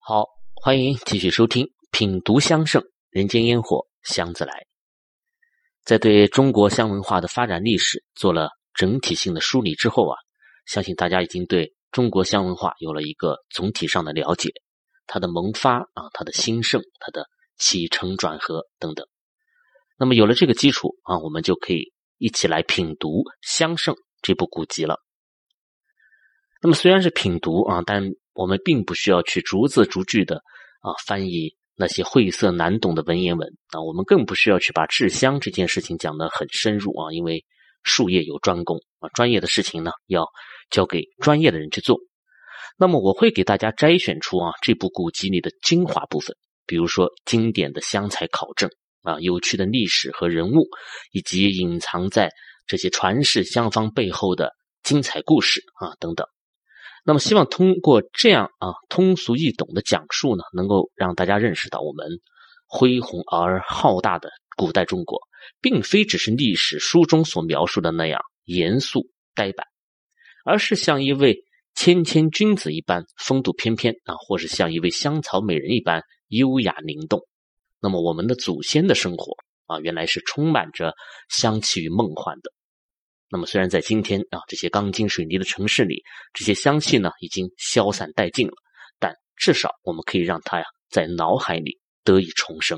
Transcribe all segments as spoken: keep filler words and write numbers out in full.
好，欢迎继续收听品读香盛，人间烟火香自来。在对中国香文化的发展历史做了整体性的梳理之后啊，相信大家已经对中国香文化有了一个总体上的了解，它的萌发啊，它的兴盛，它的起承转合等等。那么有了这个基础啊，我们就可以一起来品读香盛这部古籍了。那么虽然是品读啊，但我们并不需要去逐字逐句的啊翻译那些晦涩难懂的文言文啊，我们更不需要去把制香这件事情讲得很深入啊，因为术业有专攻啊，专业的事情呢要交给专业的人去做。那么我会给大家摘选出啊这部古籍里的精华部分，比如说经典的香材考证啊，有趣的历史和人物，以及隐藏在这些传世香方背后的精彩故事啊等等。那么希望通过这样啊通俗易懂的讲述呢，能够让大家认识到我们恢宏而浩大的古代中国，并非只是历史书中所描述的那样严肃呆板，而是像一位谦谦君子一般风度翩翩啊，或是像一位香草美人一般优雅灵动。那么我们的祖先的生活啊，原来是充满着香气与梦幻的。那么虽然在今天啊这些钢筋水泥的城市里，这些香气呢已经消散殆尽了，但至少我们可以让它呀在脑海里得以重生。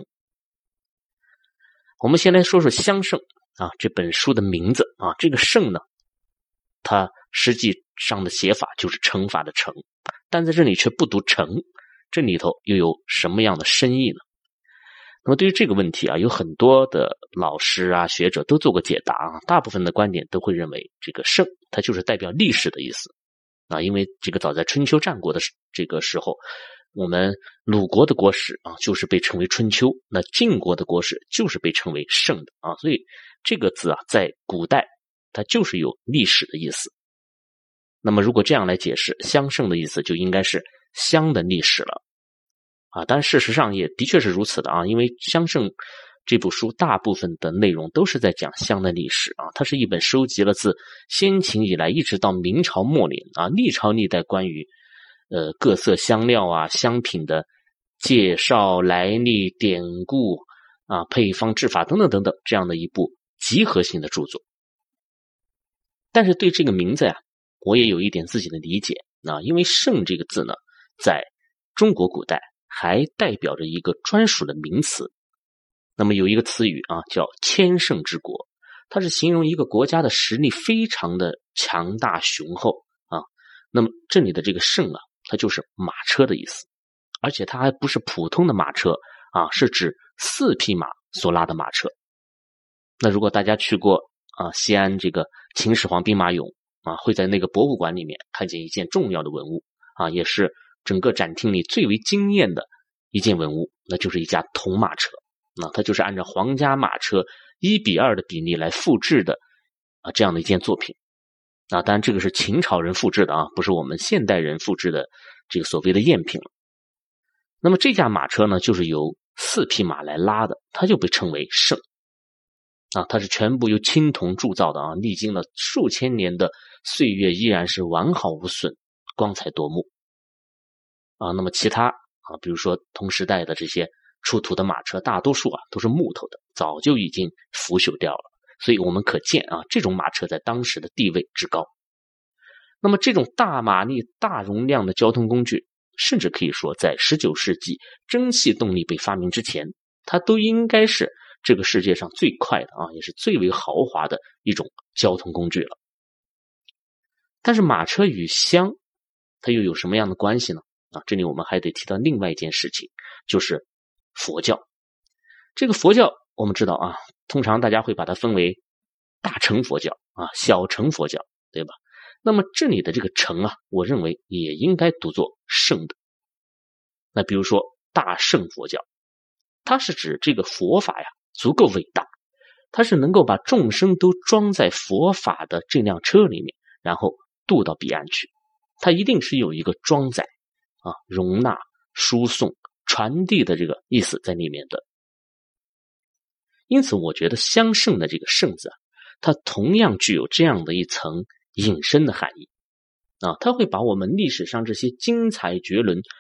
我们先来说说香盛啊这本书的名字啊，这个盛呢，它实际上的写法就是乘法的乘，但在这里却不读乘，这里头又有什么样的深意呢？那么对于这个问题啊，有很多的老师啊学者都做过解答啊，大部分的观点都会认为这个盛它就是代表历史的意思啊，因为这个早在春秋战国的这个时候，我们鲁国的国史啊就是被称为春秋，那晋国的国史就是被称为盛的啊，所以这个字啊在古代它就是有历史的意思。那么如果这样来解释，香盛的意思就应该是香的历史了啊，但事实上也的确是如此的啊，因为香盛这部书大部分的内容都是在讲香的历史啊，它是一本收集了自先秦以来一直到明朝末年啊历朝历代关于呃各色香料啊香品的介绍、来历、典故啊配方、制法等等等等这样的一部集合性的著作。但是对这个名字呀，我也有一点自己的理解啊，因为盛这个字呢，在中国古代还代表着一个专属的名词。那么有一个词语啊叫千乘之国，它是形容一个国家的实力非常的强大雄厚啊。那么这里的这个乘啊，它就是马车的意思，而且它还不是普通的马车啊，是指四匹马所拉的马车。那如果大家去过啊西安这个秦始皇兵马俑啊，会在那个博物馆里面看见一件重要的文物啊，也是整个展厅里最为惊艳的一件文物，那就是一架铜马车。那它就是按照皇家马车一比二的比例来复制的啊，这样的一件作品啊，当然这个是秦朝人复制的啊，不是我们现代人复制的这个所谓的赝品了。那么这架马车呢，就是由四匹马来拉的，它就被称为盛啊，它是全部由青铜铸造的啊，历经了数千年的岁月依然是完好无损，光彩夺目啊。那么其他啊，比如说同时代的这些出土的马车，大多数啊都是木头的，早就已经腐朽掉了，所以我们可见啊，这种马车在当时的地位之高。那么这种大马力、大容量的交通工具，甚至可以说在十九世纪蒸汽动力被发明之前，它都应该是这个世界上最快的啊，也是最为豪华的一种交通工具了。但是马车与香它又有什么样的关系呢？啊，这里我们还得提到另外一件事情，就是佛教。这个佛教我们知道啊，通常大家会把它分为大乘佛教啊、小乘佛教，对吧？那么这里的这个乘啊，我认为也应该读作盛的。那比如说大乘佛教，它是指这个佛法呀足够伟大，它是能够把众生都装在佛法的这辆车里面，然后渡到彼岸去。它一定是有一个装载啊、容纳、输送、传递的这个意思在里面的。因此我觉得香盛的这个盛字啊，它同样具有这样的一层引申的含义啊，它会把我们历史上这些精彩绝伦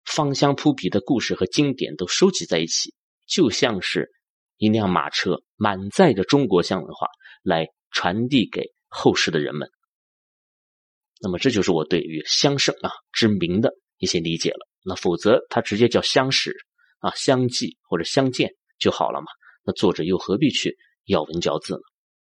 芳香扑鼻的故事和经典都收集在一起，就像是一辆马车满载着中国香文化来传递给后世的人们。那么这就是我对于香圣啊之名的一些理解了。那否则它直接叫香史啊、香记或者香鉴就好了嘛，那作者又何必去咬文嚼字呢？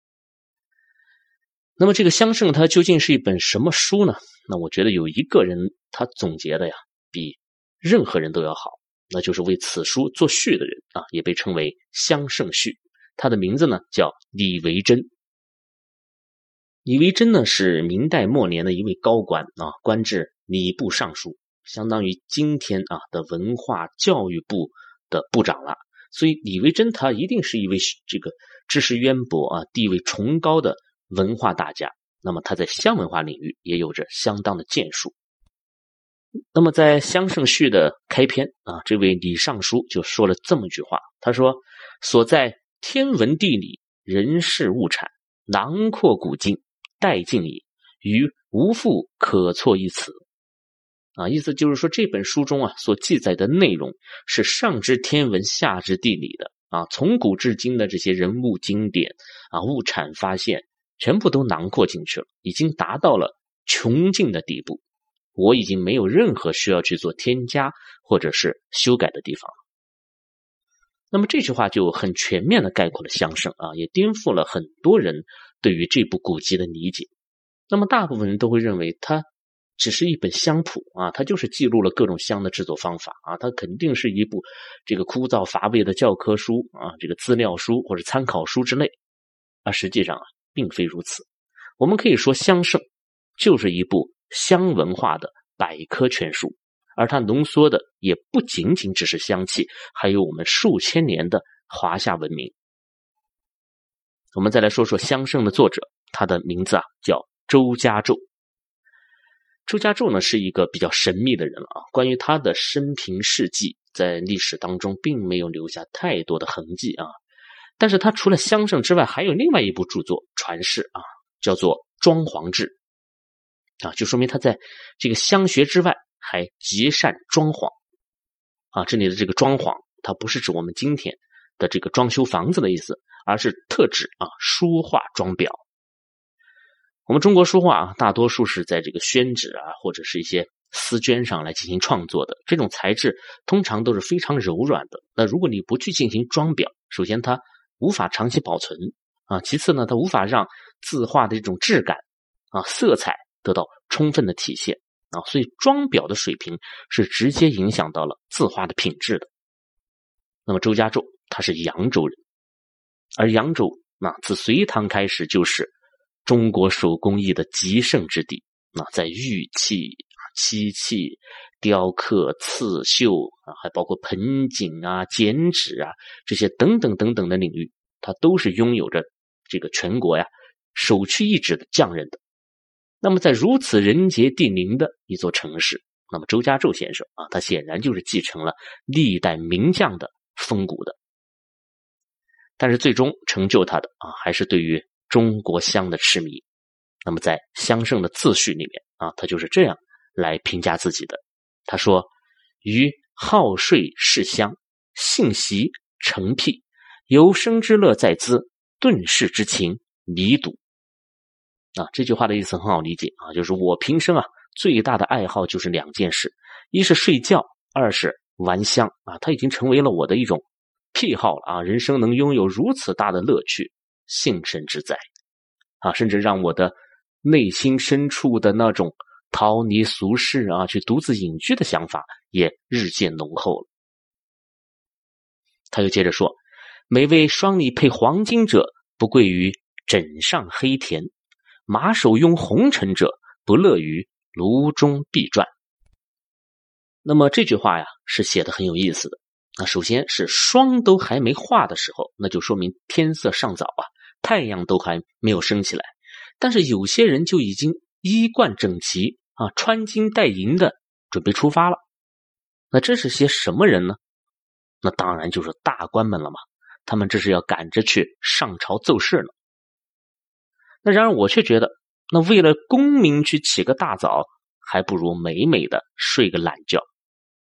那么这个香圣它究竟是一本什么书呢？那我觉得有一个人他总结的呀比任何人都要好，那就是为此书作序的人啊，也被称为香圣序。他的名字呢叫李维珍。李维珍呢是明代末年的一位高官啊，官至礼部尚书，相当于今天啊的文化教育部的部长了。所以李维珍他一定是一位这个知识渊博啊、地位崇高的文化大家。那么他在香文化领域也有着相当的建树。那么在香圣序的开篇啊，这位李尚书就说了这么一句话，他说：所在天文地理人事物产，囊括古今，殆尽矣，余无复可错一词。啊，意思就是说这本书中啊所记载的内容是上知天文下知地理的啊，从古至今的这些人物经典啊、物产发现全部都囊括进去了，已经达到了穷尽的地步。我已经没有任何需要去做添加或者是修改的地方了。那么这句话就很全面的概括了香圣啊，也颠覆了很多人对于这部古籍的理解。那么大部分人都会认为它只是一本香谱啊，它就是记录了各种香的制作方法啊，它肯定是一部这个枯燥乏味的教科书啊，这个资料书或者参考书之类。而实际上啊，并非如此。我们可以说香圣就是一部香文化的百科全书，而它浓缩的也不仅仅只是香气，还有我们数千年的华夏文明。我们再来说说香圣的作者，他的名字啊叫周家胄。周家胄呢是一个比较神秘的人了啊，关于他的生平事迹在历史当中并没有留下太多的痕迹啊。但是他除了香圣之外，还有另外一部著作传世啊，叫做《庄黄志》啊，就说明他在这个香学之外还极善装潢啊。这里的这个装潢，它不是指我们今天的这个装修房子的意思，而是特指啊书画装裱。我们中国书画啊，大多数是在这个宣纸啊，或者是一些丝绢上来进行创作的，这种材质通常都是非常柔软的。那如果你不去进行装裱，首先它无法长期保存啊，其次呢，它无法让字画的这种质感啊、色彩得到充分的体现啊，所以装裱的水平是直接影响到了字画的品质的。那么周家胄他是扬州人，而扬州那自隋唐开始就是中国手工艺的极盛之地，那在玉器、漆器、雕刻、刺绣啊，还包括盆景啊、剪纸啊这些等等等等的领域，它都是拥有着这个全国呀首屈一指的匠人的。那么在如此人杰地灵的一座城市，那么周家胄先生啊，他显然就是继承了历代名匠的风骨的。但是最终成就他的啊，还是对于中国香的痴迷。那么在香圣的自序里面啊，他就是这样来评价自己的。他说：于好睡嗜香，性习成癖，有生之乐在兹，顿世之情弥笃。啊，这句话的意思很好理解啊，就是我平生啊最大的爱好就是两件事，一是睡觉，二是玩香啊，它已经成为了我的一种癖好了啊，人生能拥有如此大的乐趣，幸甚至哉啊，甚至让我的内心深处的那种逃离俗世啊，去独自隐居的想法也日渐浓厚了。他又接着说：每为双里配黄金者，不贵于枕上黑田；马首拥红尘者，不乐于炉中碧馔。那么这句话呀是写得很有意思的。那首先是霜都还没化的时候，那就说明天色尚早啊，太阳都还没有升起来。但是有些人就已经衣冠整齐啊，穿金戴银的准备出发了。那这是些什么人呢？那当然就是大官们了嘛，他们这是要赶着去上朝奏事呢。那然而我却觉得，那为了功名去起个大早，还不如美美的睡个懒觉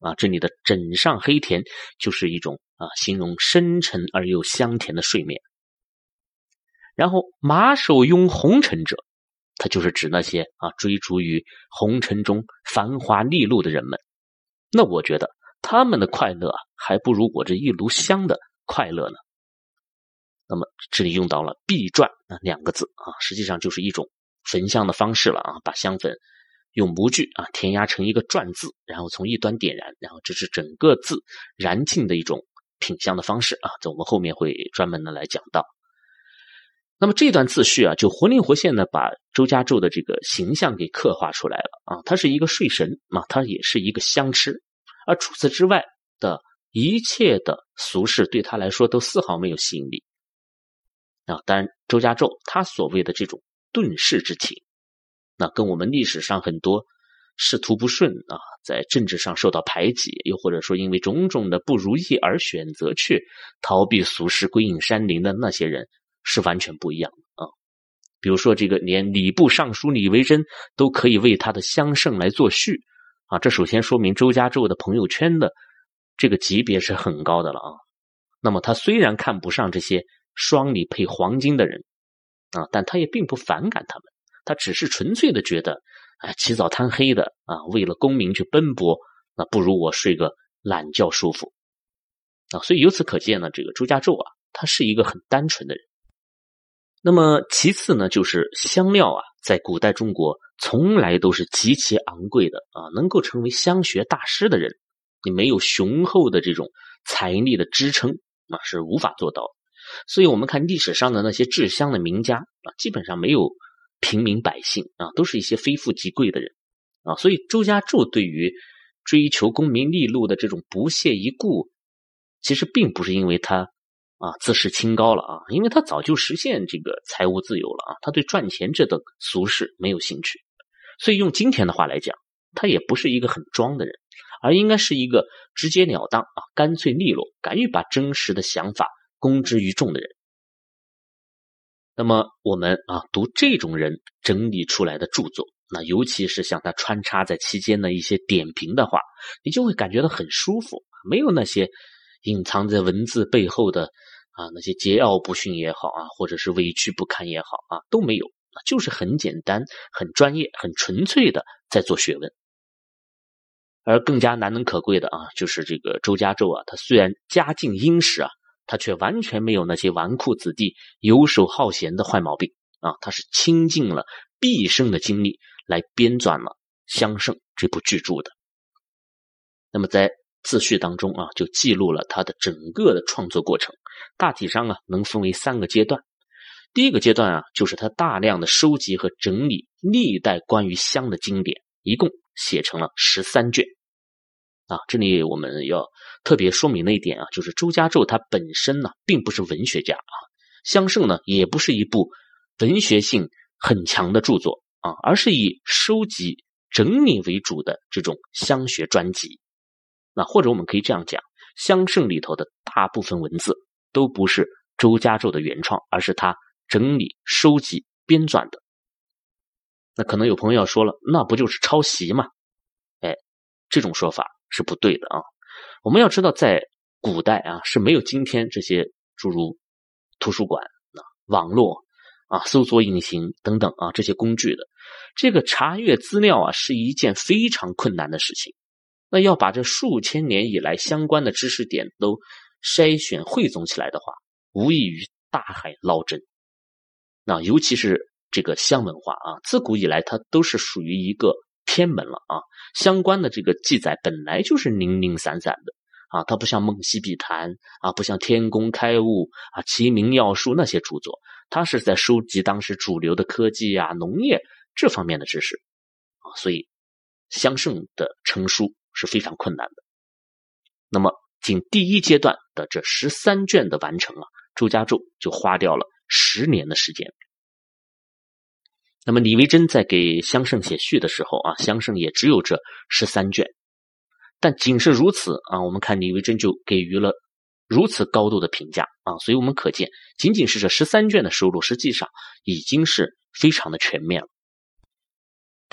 啊，这里的枕上黑甜就是一种啊形容深沉而又香甜的睡眠。然后马首拥红尘者，它就是指那些啊追逐于红尘中繁华利禄的人们。那我觉得他们的快乐啊，还不如我这一炉香的快乐呢。那么这里用到了篦转啊两个字啊，实际上就是一种焚香的方式了啊，把香粉用模具啊填压成一个转字，然后从一端点燃，然后这是整个字燃尽的一种品香的方式啊，这我们后面会专门的来讲到。那么这段自序啊，就活灵活现的把周家胄的这个形象给刻画出来了啊，他是一个睡神啊，他也是一个香痴，而除此之外的一切的俗事对他来说都丝毫没有吸引力啊。当然周家胄他所谓的这种遁世之情，那跟我们历史上很多仕途不顺啊，在政治上受到排挤，又或者说因为种种的不如意而选择去逃避俗世归隐山林的那些人是完全不一样的啊。比如说这个连礼部尚书李维珍都可以为他的香圣来作序啊，这首先说明周家胄的朋友圈的这个级别是很高的了啊。那么他虽然看不上这些双里配黄金的人啊，但他也并不反感他们，他只是纯粹的觉得哎，起早贪黑的啊，为了功名去奔波，那不如我睡个懒觉舒服啊。所以由此可见呢，这个周家胄啊，他是一个很单纯的人。那么其次呢，就是香料啊，在古代中国从来都是极其昂贵的啊，能够成为香学大师的人，你没有雄厚的这种财力的支撑啊，是无法做到的。所以我们看历史上的那些制香的名家啊，基本上没有平民百姓啊，都是一些非富即贵的人啊。所以周家胄对于追求功名利禄的这种不屑一顾，其实并不是因为他啊自视清高了啊，因为他早就实现这个财务自由了啊，他对赚钱这等俗事没有兴趣。所以用今天的话来讲，他也不是一个很装的人，而应该是一个直截了当啊，干脆利落，敢于把真实的想法公之于众的人。那么我们啊读这种人整理出来的著作，那尤其是像他穿插在期间的一些点评的话，你就会感觉到很舒服，没有那些隐藏在文字背后的啊那些桀骜不驯也好啊，或者是委屈不堪也好啊，都没有，就是很简单很专业很纯粹的在做学问。而更加难能可贵的啊，就是这个周家胄啊，他虽然家境殷实啊，他却完全没有那些纨绔子弟游手好闲的坏毛病啊，他是倾尽了毕生的精力来编纂了《香圣》这部巨著的。那么在自序当中啊，就记录了他的整个的创作过程，大体上啊能分为三个阶段。第一个阶段啊，就是他大量的收集和整理历代关于香的经典，一共写成了十三卷啊。这里我们要特别说明的一点啊，就是周家胄他本身呢并不是文学家啊，香圣呢也不是一部文学性很强的著作啊，而是以收集整理为主的这种香学专辑。那或者我们可以这样讲，香圣里头的大部分文字都不是周家胄的原创，而是他整理收集编纂的。那可能有朋友要说了，那不就是抄袭吗？哎，这种说法是不对的啊。我们要知道在古代啊是没有今天这些诸如图书馆、啊、网络啊、搜索引擎等等啊这些工具的。这个查阅资料啊是一件非常困难的事情。那要把这数千年以来相关的知识点都筛选汇总起来的话，无异于大海捞针。那尤其是这个香文化啊，自古以来它都是属于一个偏门了啊，相关的这个记载本来就是零零散散的啊，它不像梦溪笔谈啊，不像天工开物啊、齐民要术那些著作，它是在收集当时主流的科技啊、农业这方面的知识啊，所以香圣的成书是非常困难的。那么仅第一阶段的这十三卷的完成啊，周家胄就花掉了十年的时间。那么李维珍在给香圣写序的时候啊，香圣也只有这十三卷，但仅是如此啊，我们看李维珍就给予了如此高度的评价啊，所以我们可见，仅仅是这十三卷的收录，实际上已经是非常的全面了。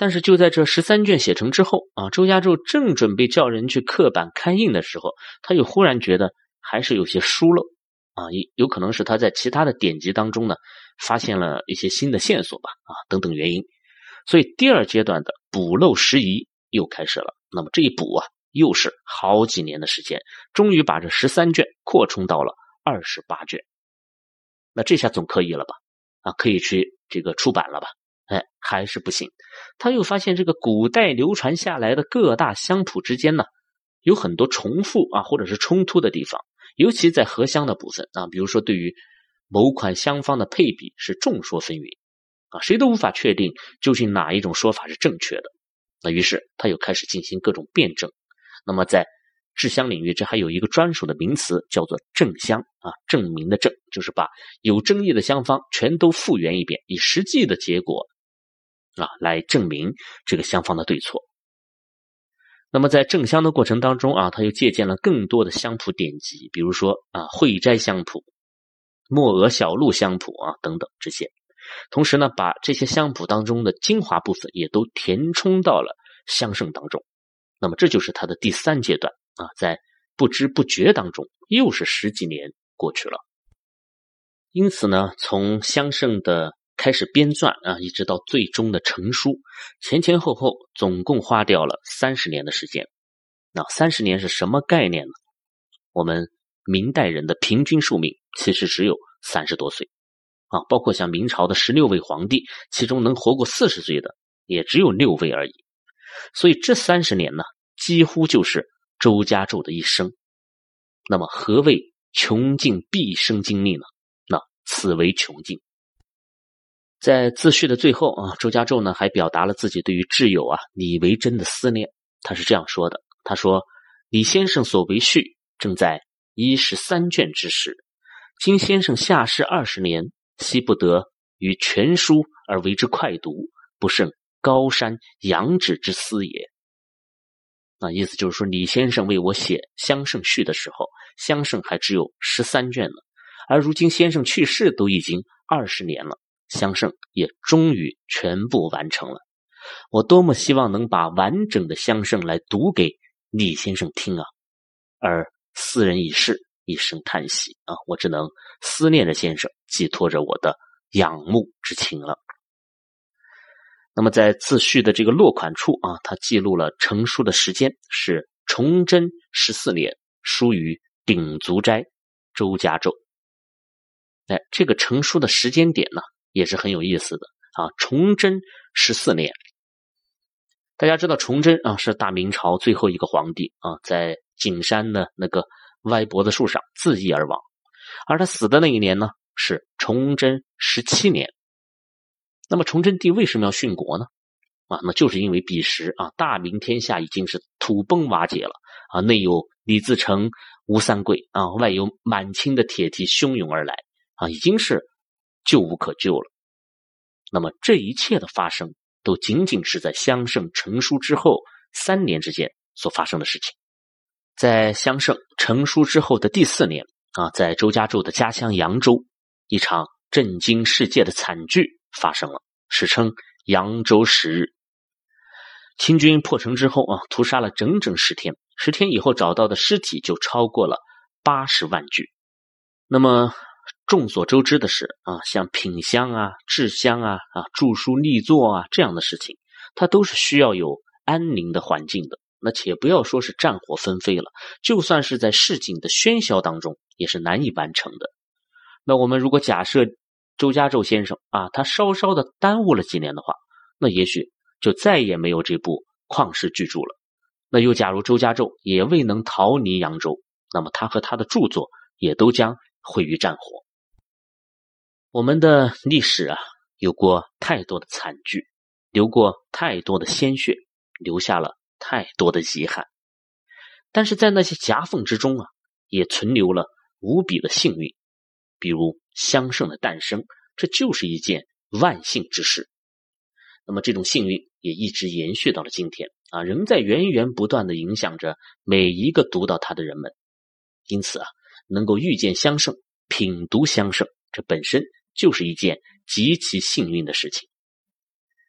但是就在这十三卷写成之后啊，周家胄正准备叫人去刻版刊印的时候，他又忽然觉得还是有些疏漏啊，有可能是他在其他的典籍当中呢发现了一些新的线索吧啊等等原因，所以第二阶段的补漏拾遗又开始了。那么这一补啊，又是好几年的时间，终于把这十三卷扩充到了二十八卷。那这下总可以了吧？啊，可以去这个出版了吧？哎，还是不行。他又发现这个古代流传下来的各大香谱之间呢，有很多重复啊，或者是冲突的地方，尤其在合香的部分啊，比如说对于某款香方的配比是众说纷纭啊，谁都无法确定究竟哪一种说法是正确的。那于是他又开始进行各种辩证。那么在制香领域，这还有一个专属的名词叫做证香啊，证明的证，就是把有争议的香方全都复原一遍，以实际的结果啊来证明这个香方的对错。那么在证香的过程当中啊，他又借鉴了更多的香谱典籍，比如说啊会斋香谱、莫俄小路香谱啊等等这些。同时呢，把这些香谱当中的精华部分也都填充到了香圣当中。那么这就是他的第三阶段啊，在不知不觉当中又是十几年过去了。因此呢，从香圣的开始编撰啊，一直到最终的成书，前前后后总共花掉了三十年的时间。那三十年是什么概念呢？我们明代人的平均寿命其实只有三十多岁啊，包括像明朝的十六位皇帝，其中能活过四十岁的也只有六位而已。所以这三十年呢，几乎就是周家胄的一生。那么何谓穷尽毕生精力呢？那此为穷尽。在自序的最后啊，周家胄呢还表达了自己对于挚友啊李维珍的思念。他是这样说的，他说：李先生所为序正在一十三卷之时，今先生下世二十年，惜不得于全书而为之快读，不胜高山仰止之思也。那意思就是说，李先生为我写香圣序的时候，香圣还只有十三卷呢，而如今先生去世都已经二十年了，香圣也终于全部完成了。我多么希望能把完整的香圣来读给李先生听啊！而斯人已逝，一声叹息啊，我只能思念着先生，寄托着我的仰慕之情了。那么在自序的这个落款处啊，他记录了成书的时间是崇祯十四年，书于鼎足斋，周家胄。哎，这个成书的时间点呢，也是很有意思的啊。崇祯十四年，大家知道崇祯啊是大明朝最后一个皇帝啊，在景山的那个歪脖子树上自缢而亡，而他死的那一年呢是崇祯十七年。那么崇祯帝为什么要殉国呢？啊，那就是因为彼时啊，大明天下已经是土崩瓦解了啊，内有李自成、吴三桂啊，外有满清的铁骑汹涌而来啊，已经是救无可救了。那么这一切的发生，都仅仅是在香圣成书之后三年之间所发生的事情。在香圣成书之后的第四年啊，在周家胄的家乡扬州，一场震惊世界的惨剧发生了，史称扬州十日。清军破城之后啊，屠杀了整整十天，十天以后找到的尸体就超过了八十万具。那么众所周知的是啊，像品香啊、制香啊、啊著书立作啊这样的事情，它都是需要有安宁的环境的。那且不要说是战火纷飞了，就算是在市井的喧嚣当中，也是难以完成的。那我们如果假设周家胄先生啊，他稍稍的耽误了几年的话，那也许就再也没有这部旷世巨著了。那又假如周家胄也未能逃离扬州，那么他和他的著作也都将毁于战火。我们的历史啊，有过太多的惨剧，流过太多的鲜血，留下了太多的遗憾。但是在那些夹缝之中啊，也存留了无比的幸运。比如香圣的诞生，这就是一件万幸之事。那么这种幸运也一直延续到了今天啊，仍在源源不断地影响着每一个读到它的人们。因此啊，能够遇见香圣，品读香圣，这本身就是一件极其幸运的事情。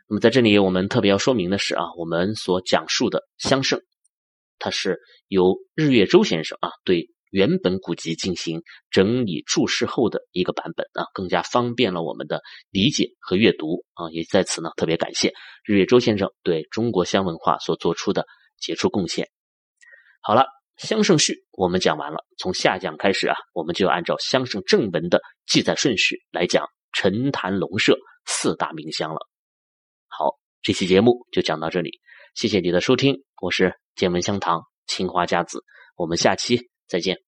那么在这里我们特别要说明的是啊，我们所讲述的香圣，它是由日月舟先生啊对原本古籍进行整理注释后的一个版本啊，更加方便了我们的理解和阅读啊。也在此呢特别感谢日月舟先生对中国香文化所做出的杰出贡献。好了，香圣序我们讲完了，从下讲开始啊，我们就要按照香圣正文的记载顺序来讲陈坛龙麝四大名香了。好，这期节目就讲到这里，谢谢你的收听，我是见闻香堂青花家子，我们下期再见。